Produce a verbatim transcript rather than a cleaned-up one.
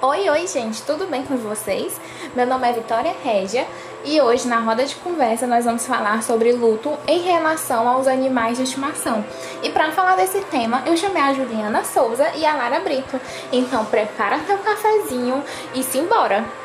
Oi, oi gente, tudo bem com vocês? Meu nome é Vitória Régia e hoje na roda de conversa nós vamos falar sobre luto em relação aos animais de estimação. E para falar desse tema eu chamei a Juliana Souza e a Lara Brito. Então prepara teu cafezinho e simbora!